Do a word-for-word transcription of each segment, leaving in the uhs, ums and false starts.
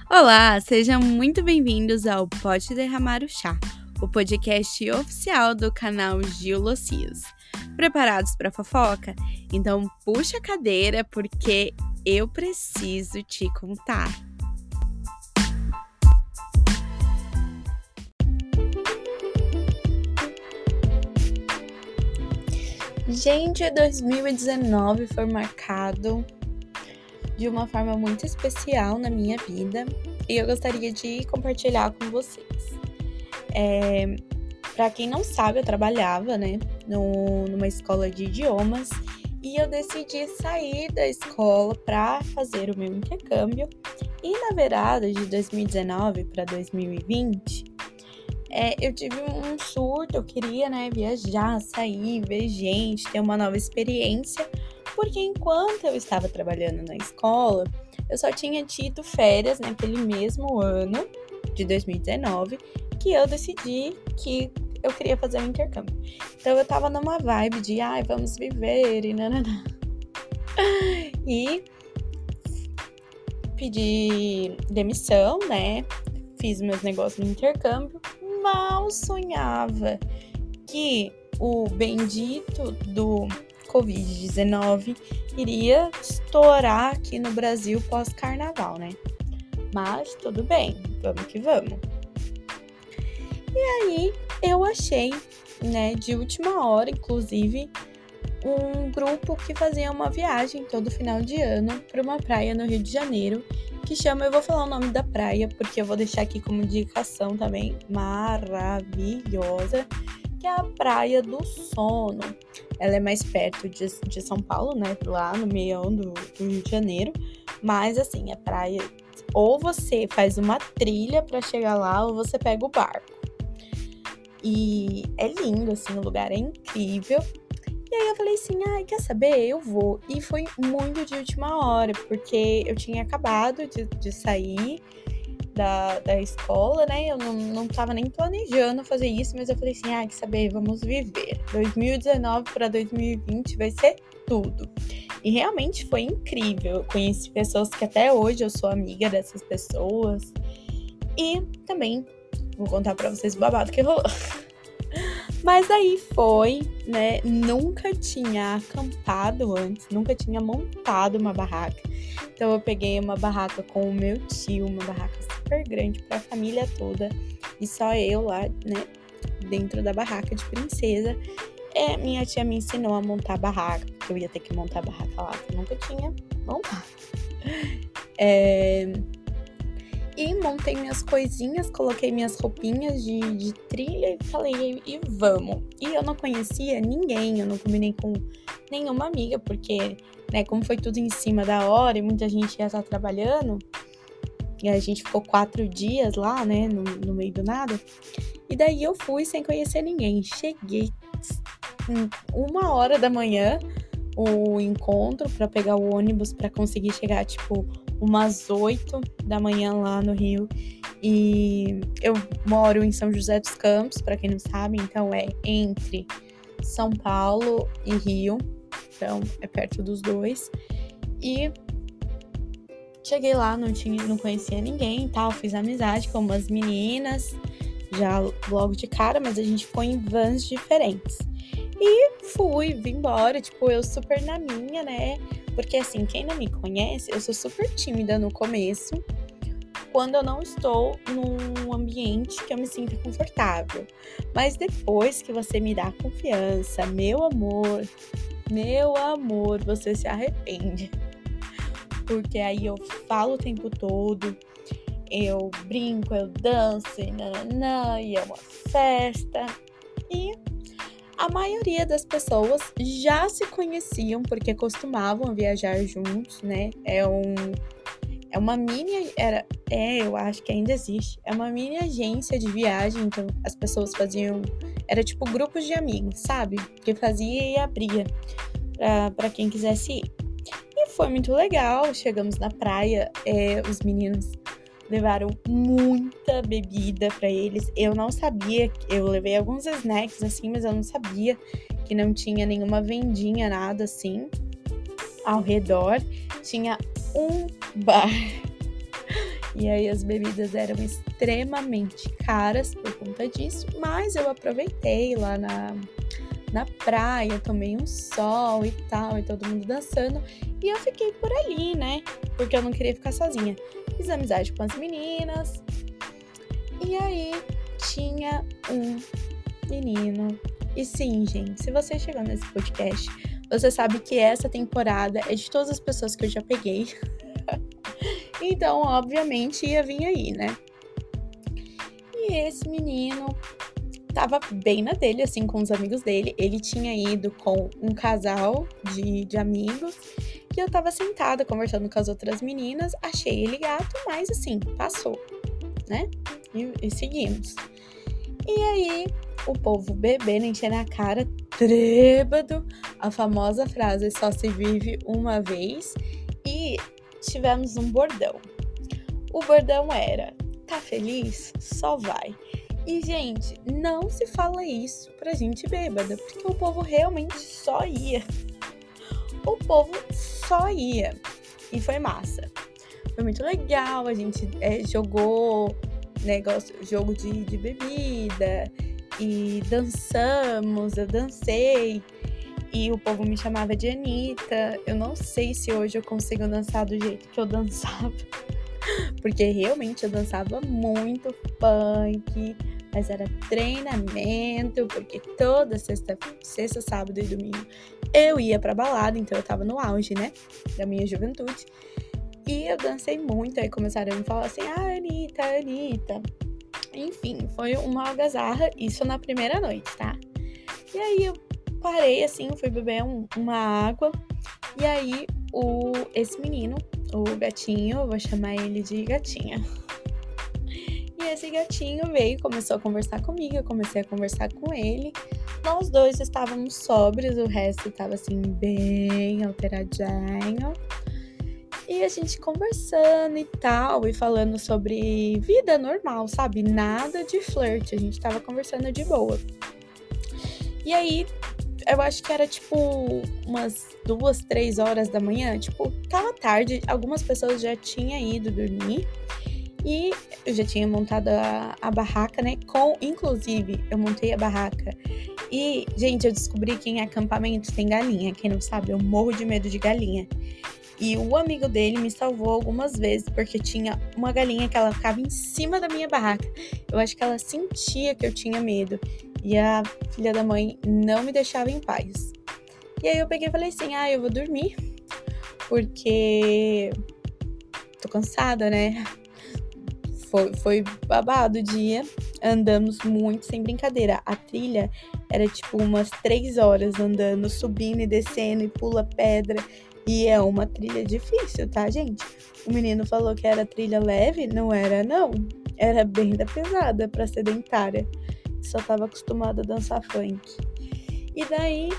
Olá, sejam muito bem-vindos ao Pode Derramar o Chá, o podcast oficial do canal Gil Locios. Preparados para fofoca? Então puxa a cadeira porque eu preciso te contar. Gente, dois mil e dezenove foi marcado de uma forma muito especial na minha vida e eu gostaria de compartilhar com vocês. É, para quem não sabe, eu trabalhava, né, no, numa escola de idiomas e eu decidi sair da escola para fazer o meu intercâmbio. E na virada de dois mil e dezenove para dois mil e vinte, é, eu tive um surto, eu queria, né, viajar, sair, ver gente, ter uma nova experiência. Porque enquanto eu estava trabalhando na escola, eu só tinha tido férias naquele mesmo ano, de dois mil e dezenove, que eu decidi que eu queria fazer um intercâmbio. Então eu tava numa vibe de, ai, vamos viver e nananã. E pedi demissão, né? Fiz meus negócios no intercâmbio. Mal sonhava que o bendito do covid dezenove iria estourar aqui no Brasil pós-carnaval, né? Mas tudo bem, vamos que vamos. E aí eu achei, né, de última hora, inclusive, um grupo que fazia uma viagem todo final de ano para uma praia no Rio de Janeiro, que chama, eu vou falar o nome da praia, porque eu vou deixar aqui como indicação também, maravilhosa, que é a Praia do Sono. Ela é mais perto de, de São Paulo, né, lá no meião do, do Rio de Janeiro, mas assim, a praia, ou você faz uma trilha para chegar lá, ou você pega o barco. E é lindo, assim, o lugar é incrível. E aí eu falei assim, ai, quer saber? Eu vou. E foi muito de última hora, porque eu tinha acabado de, de sair da, da escola, né? Eu não, não tava nem planejando fazer isso, mas eu falei assim, ai, quer saber? Vamos viver. dois mil e dezenove para dois mil e vinte vai ser tudo. E realmente foi incrível. Eu conheci pessoas que até hoje eu sou amiga dessas pessoas. E também vou contar pra vocês o babado que rolou. Mas aí foi, né? Nunca tinha acampado antes, nunca tinha montado uma barraca. Então eu peguei uma barraca com o meu tio, uma barraca super grande pra família toda. E só eu lá, né? Dentro da barraca de princesa. É, minha tia me ensinou a montar a barraca, porque eu ia ter que montar a barraca lá, que eu nunca tinha montado. É... E montei minhas coisinhas, coloquei minhas roupinhas de, de trilha e falei, e vamos. E eu não conhecia ninguém, eu não combinei com nenhuma amiga, porque, né, como foi tudo em cima da hora e muita gente ia estar trabalhando, e a gente ficou quatro dias lá, né, no, no meio do nada. E daí eu fui sem conhecer ninguém. Cheguei uma hora da manhã, o encontro para pegar o ônibus para conseguir chegar, tipo, umas oito da manhã lá no Rio. E eu moro em São José dos Campos, para quem não sabe, então é entre São Paulo e Rio, então é perto dos dois. E cheguei lá, não tinha, não conhecia ninguém e tal, fiz amizade com umas meninas já logo de cara, mas a gente ficou em vans diferentes. E fui, vim embora, tipo, eu super na minha, né? Porque assim, quem não me conhece, eu sou super tímida no começo, quando eu não estou num ambiente que eu me sinto confortável. Mas depois que você me dá confiança, meu amor, meu amor, você se arrepende. Porque aí eu falo o tempo todo, eu brinco, eu danço, e nananã, e é uma festa. E a maioria das pessoas já se conheciam porque costumavam viajar juntos, né? É um é uma mini era é, eu acho que ainda existe. É uma mini agência de viagem, então as pessoas faziam, era tipo grupos de amigos, sabe? Que fazia e abria para para quem quisesse ir. E foi muito legal. Chegamos na praia, é, os meninos levaram muita bebida pra eles. Eu não sabia, eu levei alguns snacks assim, mas eu não sabia que não tinha nenhuma vendinha, nada assim, ao redor. Tinha um bar E aí as bebidas eram extremamente caras por conta disso, mas eu aproveitei lá na, na praia, tomei um sol e tal, e todo mundo dançando, e eu fiquei por ali, né? Porque eu não queria ficar sozinha. Fiz amizade com as meninas, e aí tinha um menino. E sim, gente, se você chegou nesse podcast, você sabe que essa temporada é de todas as pessoas que eu já peguei. Então, obviamente, ia vir aí, né? E esse menino tava bem na dele, assim, com os amigos dele. Ele tinha ido com um casal de, de amigos. E eu tava sentada, conversando com as outras meninas. Achei ele gato, mas assim, passou, né? E, e seguimos. E aí, o povo bebendo, enchendo a cara, trêbado. A famosa frase, só se vive uma vez. E tivemos um bordão. O bordão era, tá feliz? Só vai. E, gente, não se fala isso pra gente bêbada, porque o povo realmente só ia. O povo só ia. E foi massa. Foi muito legal, a gente é, jogou negócio, jogo de, de bebida e dançamos, eu dancei. E o povo me chamava de Anitta. Eu não sei se hoje eu consigo dançar do jeito que eu dançava. Porque realmente eu dançava muito funk. Mas era treinamento. Porque toda sexta, sexta, sábado e domingo eu ia pra balada. Então eu tava no auge, né? Da minha juventude. E eu dancei muito. Aí começaram a me falar assim, ah, Anitta, Anitta. Enfim, foi uma algazarra. Isso na primeira noite, tá? E aí eu parei assim, fui beber um, uma água. E aí, o, esse menino, o gatinho, eu vou chamar ele de gatinha. E esse gatinho veio e começou a conversar comigo. Eu comecei a conversar com ele. Nós dois estávamos sóbrios, o resto estava assim, bem alteradinho. E a gente conversando e tal, e falando sobre vida normal, sabe? Nada de flerte, a gente tava conversando de boa. E aí, eu acho que era, tipo, umas duas, três horas da manhã. Tipo, tava tarde, algumas pessoas já tinham ido dormir. E eu já tinha montado a, a barraca, né? Com, inclusive, eu montei a barraca. E, gente, eu descobri que em acampamento tem galinha. Quem não sabe, eu morro de medo de galinha. E o amigo dele me salvou algumas vezes, porque tinha uma galinha que ela ficava em cima da minha barraca. Eu acho que ela sentia que eu tinha medo. E a filha da mãe não me deixava em paz. E aí eu peguei e falei assim, ah, eu vou dormir, porque tô cansada, né? Foi, foi babado o dia, andamos muito, sem brincadeira. A trilha era tipo umas três horas andando, subindo e descendo, e pula pedra. E é uma trilha difícil, tá, gente? O menino falou que era trilha leve, não era, não. Era bem da pesada pra sedentária. Só tava acostumada a dançar funk. E daí,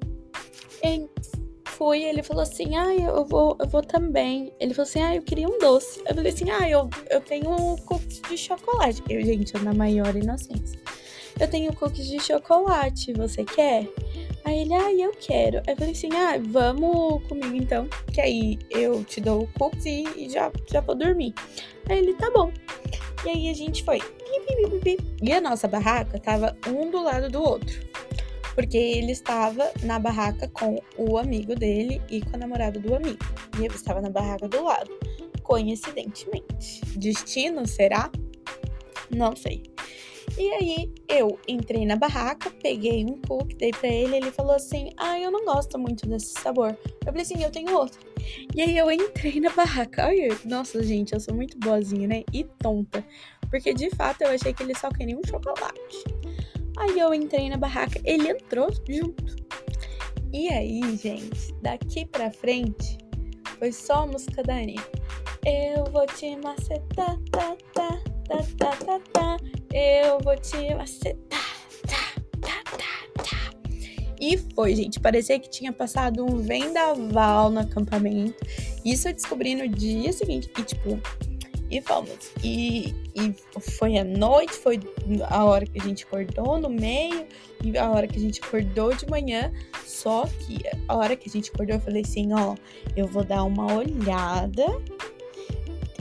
fui, ele falou assim, ah, eu vou, eu vou também. Ele falou assim, ah, eu queria um doce. Eu falei assim, ah, eu, eu tenho cookies de chocolate. Eu, gente, eu na maior inocência. Eu tenho cookies de chocolate, você quer? Aí ele, ah, eu quero. Aí eu falei assim, ah, vamos comigo então, que aí eu te dou o cookies e, e já, já vou dormir. Aí ele, tá bom. E aí a gente foi. E a nossa barraca tava um do lado do outro. Porque ele estava na barraca com o amigo dele e com a namorada do amigo. E eu estava na barraca do lado. Coincidentemente. Destino, será? Não sei. E aí, eu entrei na barraca, peguei um cookie, dei pra ele, ele falou assim, ah, eu não gosto muito desse sabor. Eu falei assim, eu tenho outro. E aí, eu entrei na barraca. Ai, nossa, gente, eu sou muito boazinha, né? E tonta. Porque, de fato, eu achei que ele só queria um chocolate. Aí, eu entrei na barraca, ele entrou junto. E aí, gente, daqui pra frente, foi só a música da Anitta. Eu vou te macetar, tá, tá, tá, tá, tá, tá. Eu vou te macetar, tá, tá, tá, tá. E foi, gente. Parecia que tinha passado um vendaval no acampamento. Isso eu descobri no dia seguinte. E, tipo, e fomos. E, e foi à noite, foi a hora que a gente acordou no meio, e a hora que a gente acordou de manhã. Só que a hora que a gente acordou, eu falei assim, ó, eu vou dar uma olhada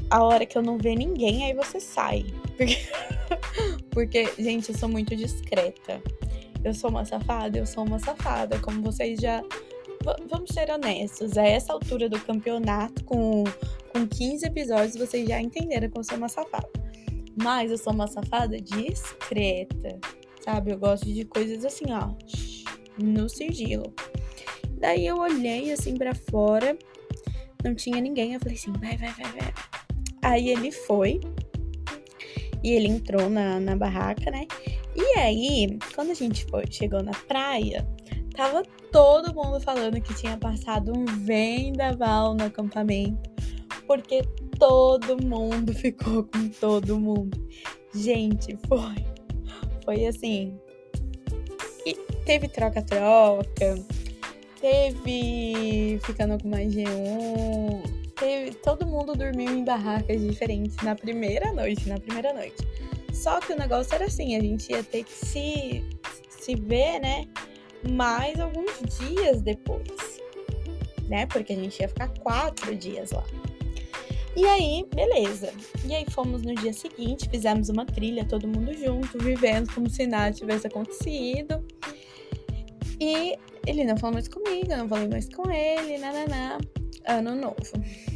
a hora que eu não ver ninguém, aí você sai. Porque, porque, gente, eu sou muito discreta. Eu sou uma safada, eu sou uma safada. Como vocês já... V- vamos ser honestos. A essa altura do campeonato, com, com quinze episódios, vocês já entenderam que eu sou uma safada. Mas eu sou uma safada discreta, sabe? Eu gosto de coisas assim, ó, no sigilo. Daí eu olhei assim pra fora, não tinha ninguém. Eu falei assim, vai, vai, vai, vai. Aí ele foi e ele entrou na, na barraca, né? E aí, quando a gente foi, chegou na praia, tava todo mundo falando que tinha passado um vendaval no acampamento, porque todo mundo ficou com todo mundo. Gente, foi, foi assim. E teve troca-troca, teve ficando com mais de um, teve, todo mundo dormiu em barracas diferentes na primeira noite, na primeira noite. Só que o negócio era assim, a gente ia ter que se, se ver, né, mais alguns dias depois, né, porque a gente ia ficar quatro dias lá. E aí, beleza. E aí fomos no dia seguinte, fizemos uma trilha, todo mundo junto, vivendo como se nada tivesse acontecido. E ele não falou mais comigo, eu não falei mais com ele, nananá. Ano novo.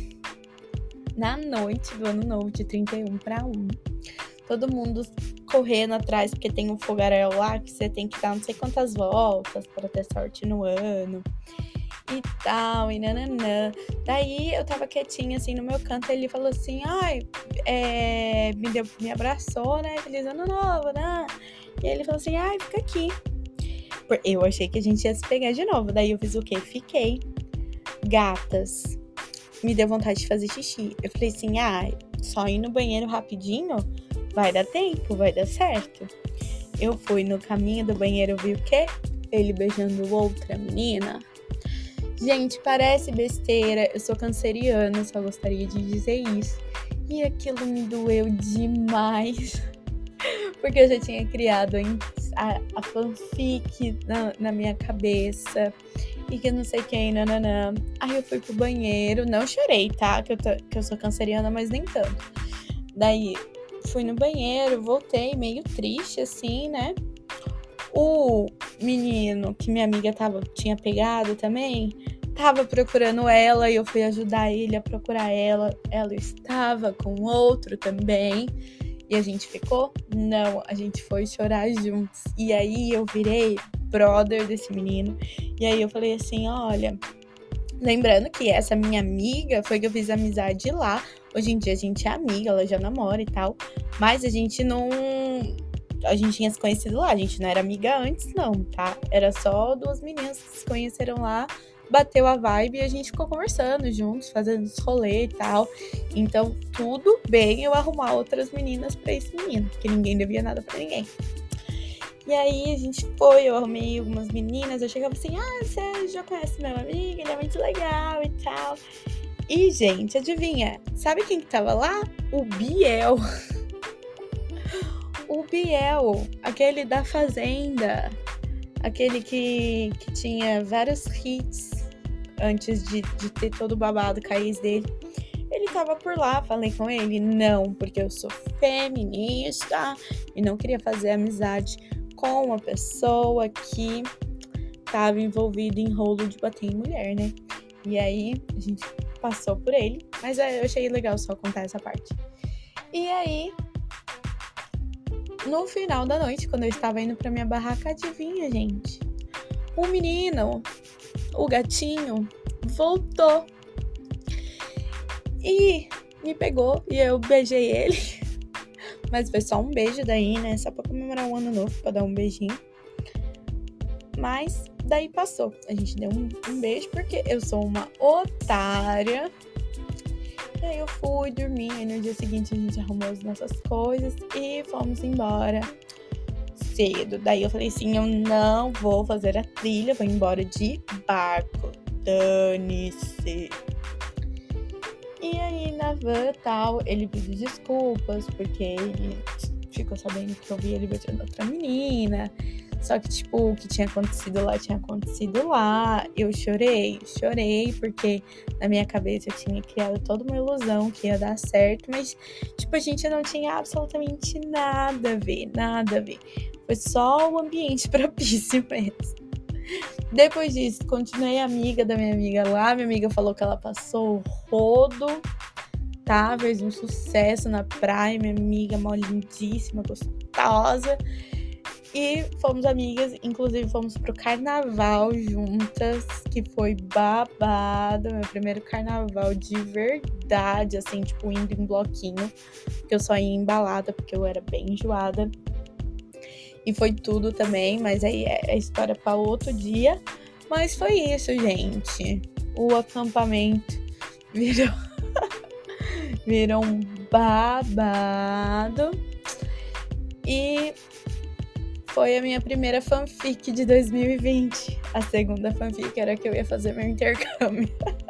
Na noite do ano novo, de trinta e um para um, todo mundo correndo atrás, porque tem um fogaréu lá que você tem que dar não sei quantas voltas para ter sorte no ano. E tal, e nananã. Daí eu tava quietinha assim no meu canto, ele falou assim, ai, é, me, deu, me abraçou, né, feliz ano novo, né? E ele falou assim, ai, fica aqui. Eu achei que a gente ia se pegar de novo, daí eu fiz o quê? Fiquei. Gatas, me deu vontade de fazer xixi. Eu falei assim, ai, só ir no banheiro rapidinho, vai dar tempo, vai dar certo. Eu fui no caminho do banheiro, vi o quê? Ele beijando outra menina. Gente, parece besteira, eu sou canceriana, só gostaria de dizer isso. E aquilo me doeu demais, porque eu já tinha criado a, a fanfic na, na minha cabeça, e que não sei quem, nananã. Aí eu fui pro banheiro, não chorei, tá? Que eu, tô, que eu sou canceriana, mas nem tanto. Daí, fui no banheiro, voltei meio triste, assim, né? O menino que minha amiga tava, tinha pegado também, tava procurando ela e eu fui ajudar ele a procurar ela. Ela estava com outro também. E a gente ficou? Não, a gente foi chorar juntos. E aí eu virei brother desse menino. E aí eu falei assim, olha, lembrando que essa minha amiga foi que eu fiz amizade lá. Hoje em dia a gente é amiga, ela já namora e tal. Mas a gente não... A gente tinha se conhecido lá, a gente não era amiga antes, não, tá? Era só duas meninas que se conheceram lá, bateu a vibe e a gente ficou conversando juntos, fazendo os rolês e tal. Então, tudo bem eu arrumar outras meninas pra esse menino, porque ninguém devia nada pra ninguém. E aí, a gente foi, eu arrumei algumas meninas, eu chegava assim, ah, você já conhece meu amigo, ele é muito legal e tal. E, gente, adivinha? Sabe quem que tava lá? O Biel. O Biel, aquele da Fazenda, aquele que, que tinha vários hits antes de, de ter todo o babado com a ex dele. Ele tava por lá, falei com ele, não, porque eu sou feminista e não queria fazer amizade com uma pessoa que tava envolvida em rolo de bater em mulher, né? E aí a gente passou por ele, mas eu achei legal só contar essa parte. E aí, no final da noite, quando eu estava indo pra minha barraca, adivinha, gente? O menino, o gatinho, voltou e me pegou e eu beijei ele. Mas foi só um beijo daí, né? Só pra comemorar o ano novo, pra dar um beijinho. Mas daí passou. A gente deu um, um beijo porque eu sou uma otária. E aí eu fui dormir, aí no dia seguinte a gente arrumou as nossas coisas e fomos embora cedo. Daí eu falei assim, eu não vou fazer a trilha, vou embora de barco. Dane-se. E aí na van e tal, ele pediu desculpas, porque ele ficou sabendo que eu vi ele beijando outra menina. Só que, tipo, o que tinha acontecido lá, tinha acontecido lá. Eu chorei, chorei, porque na minha cabeça eu tinha criado toda uma ilusão que ia dar certo, mas, tipo, a gente não tinha absolutamente nada a ver, nada a ver. Foi só o ambiente propício mesmo. Depois disso, continuei amiga da minha amiga lá. Minha amiga falou que ela passou rodo, tá? Fez um sucesso na praia. Minha amiga, mó lindíssima, gostosa. E fomos amigas, inclusive fomos pro carnaval juntas, que foi babado. Meu primeiro carnaval de verdade, assim, tipo, indo em bloquinho. Porque eu só ia embalada, porque eu era bem enjoada. E foi tudo também, mas aí é história para outro dia. Mas foi isso, gente. O acampamento virou, virou um babado. E foi a minha primeira fanfic de dois mil e vinte. A segunda fanfic era que eu ia fazer meu intercâmbio.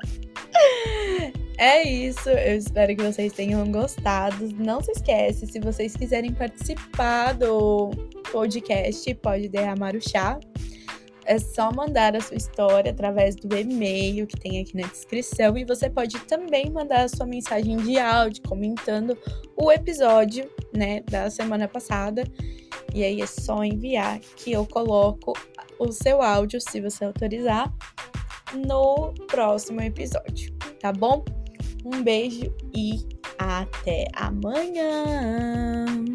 É isso, eu espero que vocês tenham gostado. Não se esquece, se vocês quiserem participar do podcast Pode Derramar o Chá, é só mandar a sua história através do e-mail que tem aqui na descrição. E você pode também mandar a sua mensagem de áudio comentando o episódio, né, da semana passada. E aí é só enviar que eu coloco o seu áudio, se você autorizar, no próximo episódio, tá bom? Um beijo e até amanhã!